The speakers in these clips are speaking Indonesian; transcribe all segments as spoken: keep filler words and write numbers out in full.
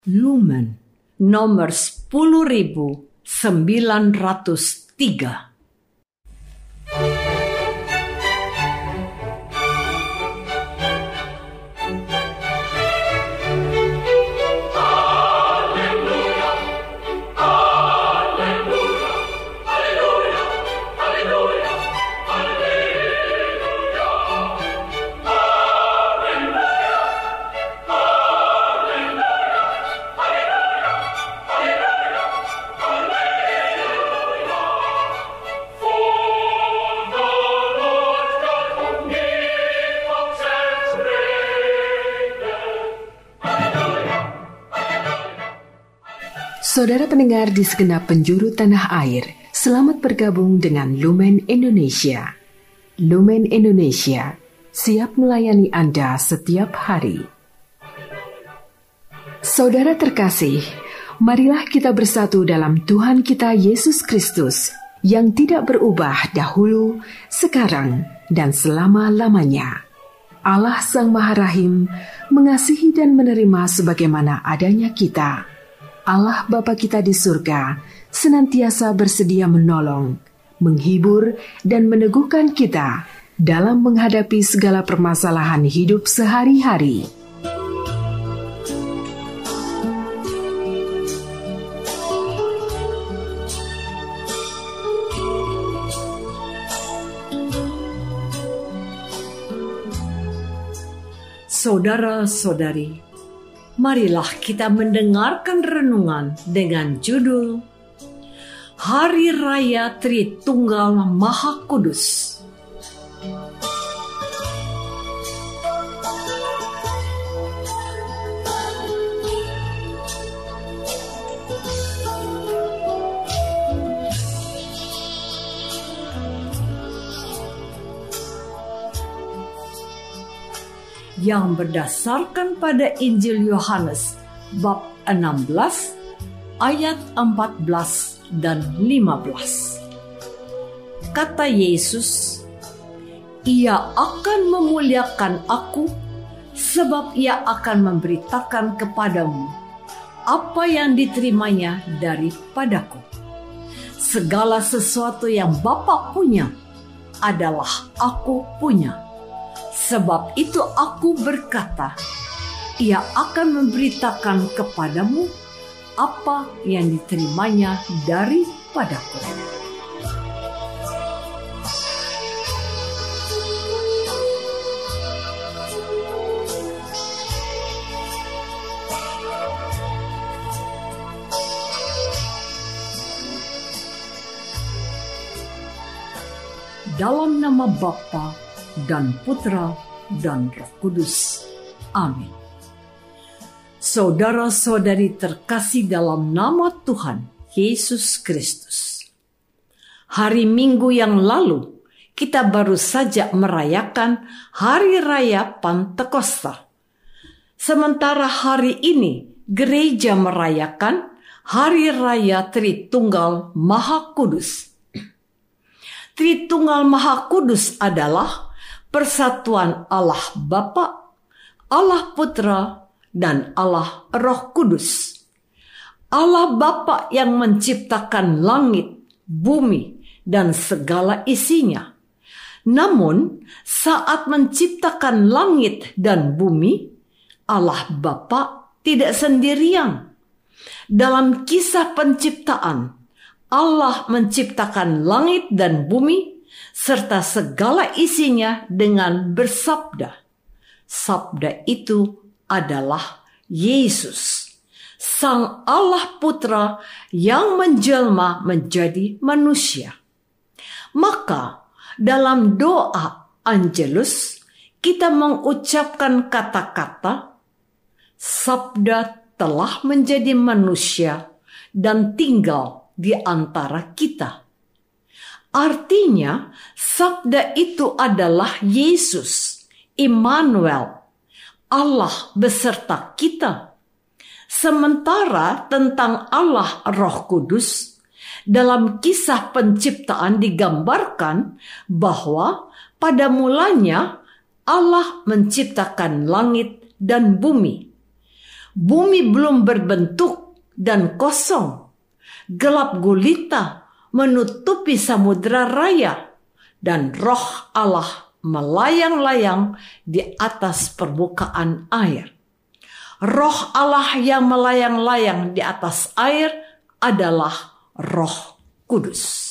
Lumen nomor sepuluh ribu sembilan ratus tiga. Saudara pendengar di segenap penjuru tanah air, selamat bergabung dengan Lumen Indonesia. Lumen Indonesia siap melayani Anda setiap hari. Saudara terkasih, marilah kita bersatu dalam Tuhan kita Yesus Kristus yang tidak berubah dahulu, sekarang, dan selama-lamanya. Allah Sang Maha Rahim mengasihi dan menerima sebagaimana adanya kita. Allah Bapa kita di surga senantiasa bersedia menolong, menghibur, dan meneguhkan kita dalam menghadapi segala permasalahan hidup sehari-hari. Saudara-saudari, marilah kita mendengarkan renungan dengan judul Hari Raya Tritunggal Maha Kudus. Yang berdasarkan pada Injil Yohanes bab enam belas ayat empat belas dan lima belas. Kata Yesus, "Ia akan memuliakan aku sebab ia akan memberitakan kepadamu apa yang diterimanya daripadaku. Segala sesuatu yang Bapa punya adalah aku punya. Sebab itu aku berkata, ia akan memberitakan kepadamu apa yang diterimanya daripadaku." Dalam nama Bapa dan Putra dan Roh Kudus. Amin. Saudara-saudari terkasih dalam nama Tuhan Yesus Kristus. Hari Minggu yang lalu kita baru saja merayakan Hari Raya Pantekosta. Sementara hari ini gereja merayakan Hari Raya Tritunggal Maha Kudus. Tritunggal Maha Kudus adalah persatuan Allah Bapa, Allah Putra, dan Allah Roh Kudus. Allah Bapa yang menciptakan langit, bumi, dan segala isinya. Namun, saat menciptakan langit dan bumi, Allah Bapa tidak sendirian. Dalam kisah penciptaan, Allah menciptakan langit dan bumi serta segala isinya dengan bersabda. Sabda itu adalah Yesus, Sang Allah Putra yang menjelma menjadi manusia. Maka dalam doa Angelus kita mengucapkan kata-kata, Sabda telah menjadi manusia dan tinggal di antara kita. Artinya, sabda itu adalah Yesus, Immanuel, Allah beserta kita. Sementara tentang Allah Roh Kudus, dalam kisah penciptaan digambarkan bahwa pada mulanya Allah menciptakan langit dan bumi. Bumi belum berbentuk dan kosong. Gelap gulita menutupi samudera raya, dan roh Allah melayang-layang di atas permukaan air. Roh Allah yang melayang-layang di atas air adalah Roh Kudus.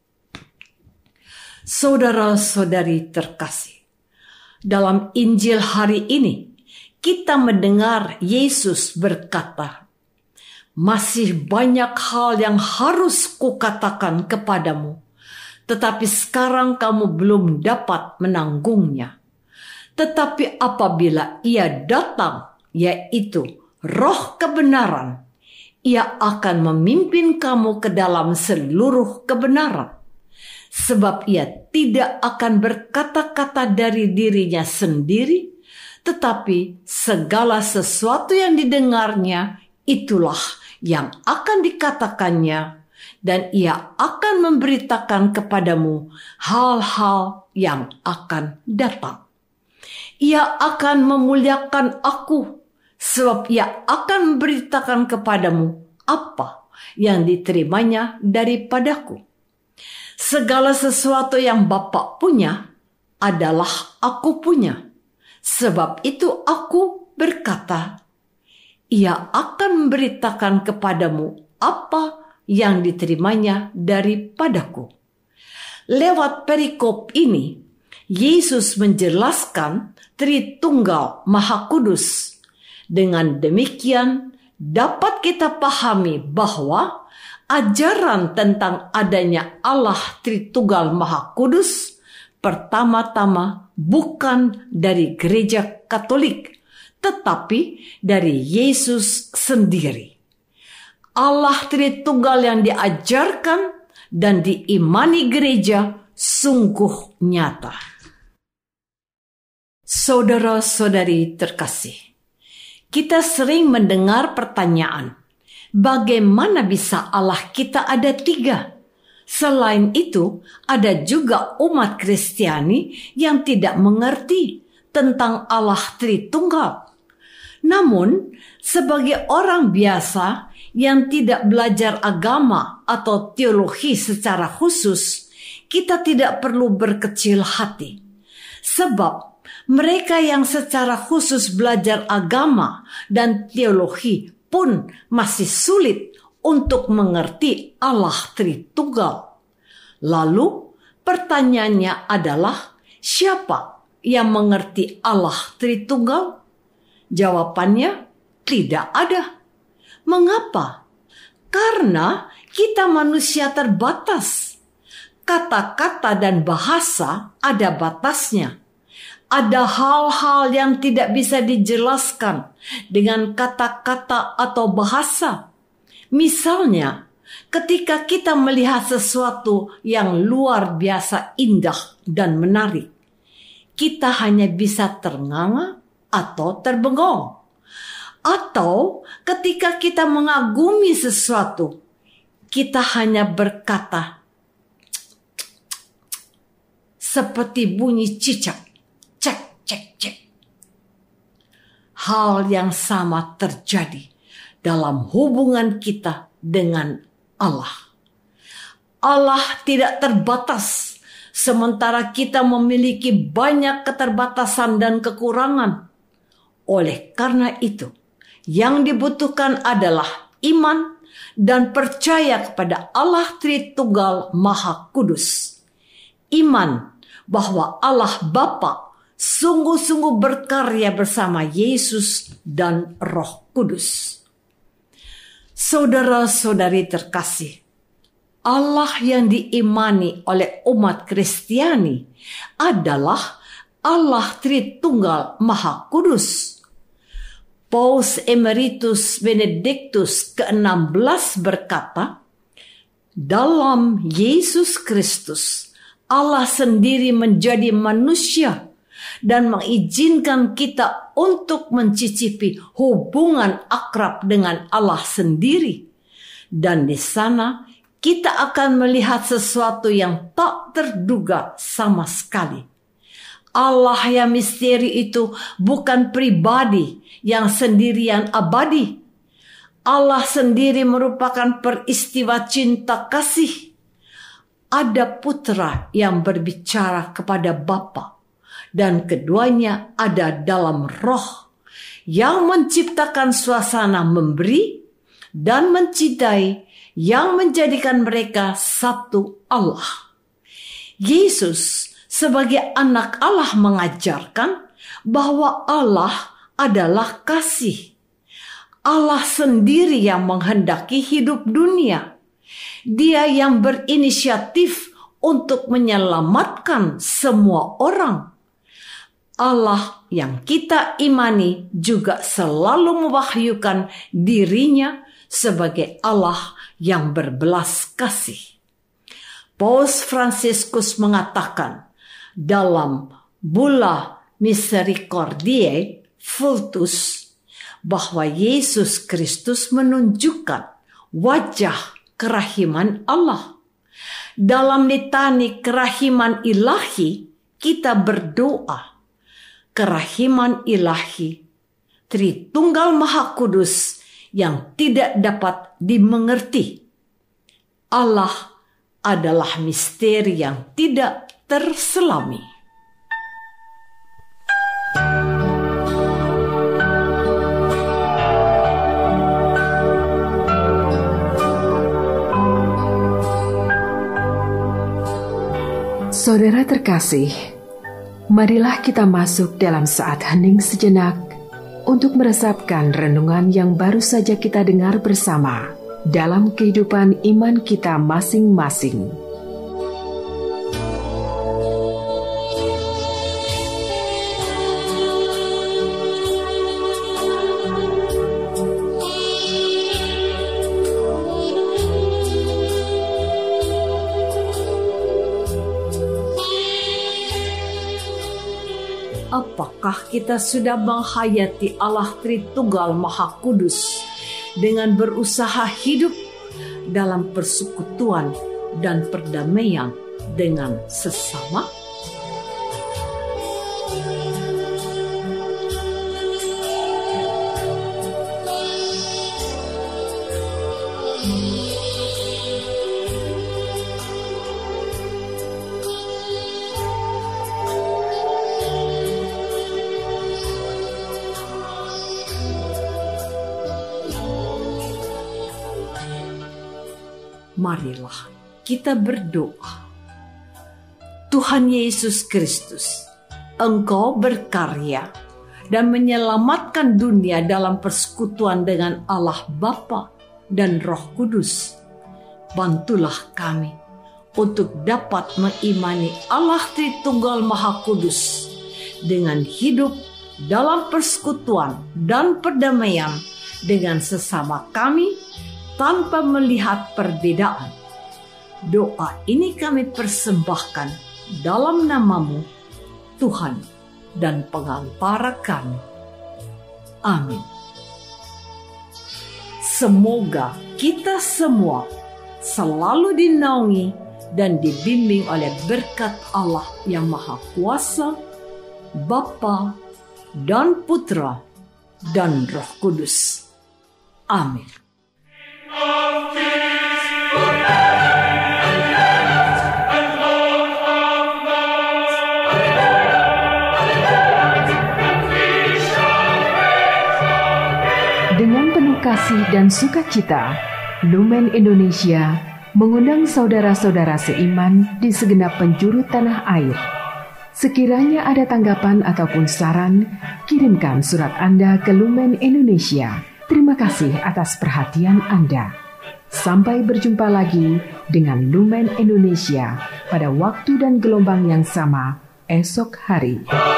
Saudara-saudari terkasih, dalam Injil hari ini kita mendengar Yesus berkata, "Masih banyak hal yang harus kukatakan kepadamu, tetapi sekarang kamu belum dapat menanggungnya. Tetapi apabila Ia datang, yaitu Roh kebenaran, Ia akan memimpin kamu ke dalam seluruh kebenaran. Sebab Ia tidak akan berkata-kata dari dirinya sendiri, tetapi segala sesuatu yang didengarnya, itulah yang akan dikatakannya, dan Ia akan memberitakan kepadamu hal-hal yang akan datang. Ia akan memuliakan Aku, sebab Ia akan memberitakan kepadamu apa yang diterimanya daripadaku. Segala sesuatu yang Bapa punya adalah Aku punya. Sebab itu Aku berkata, Ia akan memberitakan kepadamu apa yang diterimanya daripadaku." Lewat perikop ini, Yesus menjelaskan Tritunggal Maha Kudus. Dengan demikian, dapat kita pahami bahwa ajaran tentang adanya Allah Tritunggal Maha Kudus pertama-tama bukan dari Gereja Katolik, tetapi dari Yesus sendiri. Allah Tritunggal yang diajarkan dan diimani gereja sungguh nyata. Saudara-saudari terkasih, kita sering mendengar pertanyaan, bagaimana bisa Allah kita ada tiga? Selain itu, ada juga umat Kristiani yang tidak mengerti tentang Allah Tritunggal. Namun, sebagai orang biasa yang tidak belajar agama atau teologi secara khusus, kita tidak perlu berkecil hati. Sebab mereka yang secara khusus belajar agama dan teologi pun masih sulit untuk mengerti Allah Tritunggal. Lalu pertanyaannya adalah, siapa yang mengerti Allah Tritunggal? Jawabannya, tidak ada. Mengapa? Karena kita manusia terbatas. Kata-kata dan bahasa ada batasnya. Ada hal-hal yang tidak bisa dijelaskan dengan kata-kata atau bahasa. Misalnya, ketika kita melihat sesuatu yang luar biasa indah dan menarik, kita hanya bisa ternganga atau terbengong. Atau ketika kita mengagumi sesuatu, kita hanya berkata seperti bunyi cicak, cek, cek, cek. Hal yang sama terjadi dalam hubungan kita dengan Allah. Allah tidak terbatas, sementara kita memiliki banyak keterbatasan dan kekurangan. Oleh karena itu, yang dibutuhkan adalah iman dan percaya kepada Allah Tritunggal Maha Kudus. Iman bahwa Allah Bapa sungguh-sungguh berkarya bersama Yesus dan Roh Kudus. Saudara-saudari terkasih, Allah yang diimani oleh umat Kristiani adalah Allah Tritunggal Maha Kudus. Paus Emeritus Benediktus keenam belas berkata, dalam Yesus Kristus, Allah sendiri menjadi manusia dan mengizinkan kita untuk mencicipi hubungan akrab dengan Allah sendiri. Dan di sana kita akan melihat sesuatu yang tak terduga sama sekali. Allah yang misteri itu bukan pribadi yang sendirian abadi. Allah sendiri merupakan peristiwa cinta kasih. Ada putra yang berbicara kepada Bapa, dan keduanya ada dalam roh yang menciptakan suasana memberi dan mencintai yang menjadikan mereka satu Allah. Yesus sebagai anak Allah mengajarkan bahwa Allah adalah kasih. Allah sendiri yang menghendaki hidup dunia. Dia yang berinisiatif untuk menyelamatkan semua orang. Allah yang kita imani juga selalu mewahyukan dirinya sebagai Allah yang berbelas kasih. Paus Fransiskus mengatakan dalam Bulla Misericordiae Vultus bahwa Yesus Kristus menunjukkan wajah kerahiman Allah. Dalam litani kerahiman ilahi kita berdoa, kerahiman ilahi, Tritunggal Maha Kudus yang tidak dapat dimengerti. Allah adalah misteri yang tidak terselami. Saudara terkasih, marilah kita masuk dalam saat hening sejenak untuk meresapkan renungan yang baru saja kita dengar bersama dalam kehidupan iman kita masing-masing. Apakah kita sudah menghayati Allah Tritunggal Maha Kudus dengan berusaha hidup dalam persekutuan dan perdamaian dengan sesama? Marilah kita berdoa. Tuhan Yesus Kristus, Engkau berkarya dan menyelamatkan dunia dalam persekutuan dengan Allah Bapa dan Roh Kudus. Bantulah kami untuk dapat mengimani Allah Tritunggal Maha Kudus dengan hidup dalam persekutuan dan perdamaian dengan sesama kami tanpa melihat perbedaan. Doa ini kami persembahkan dalam nama-Mu, Tuhan dan Pengantara kami. Amin. Semoga kita semua selalu dinaungi dan dibimbing oleh berkat Allah yang Maha Kuasa, Bapa dan Putra dan Roh Kudus. Amin. Dengan penuh kasih dan sukacita, Lumen Indonesia mengundang saudara-saudara seiman di segenap penjuru tanah air. Sekiranya ada tanggapan ataupun saran, kirimkan surat Anda ke Lumen Indonesia. Terima kasih atas perhatian Anda. Sampai berjumpa lagi dengan Lumen Indonesia pada waktu dan gelombang yang sama esok hari.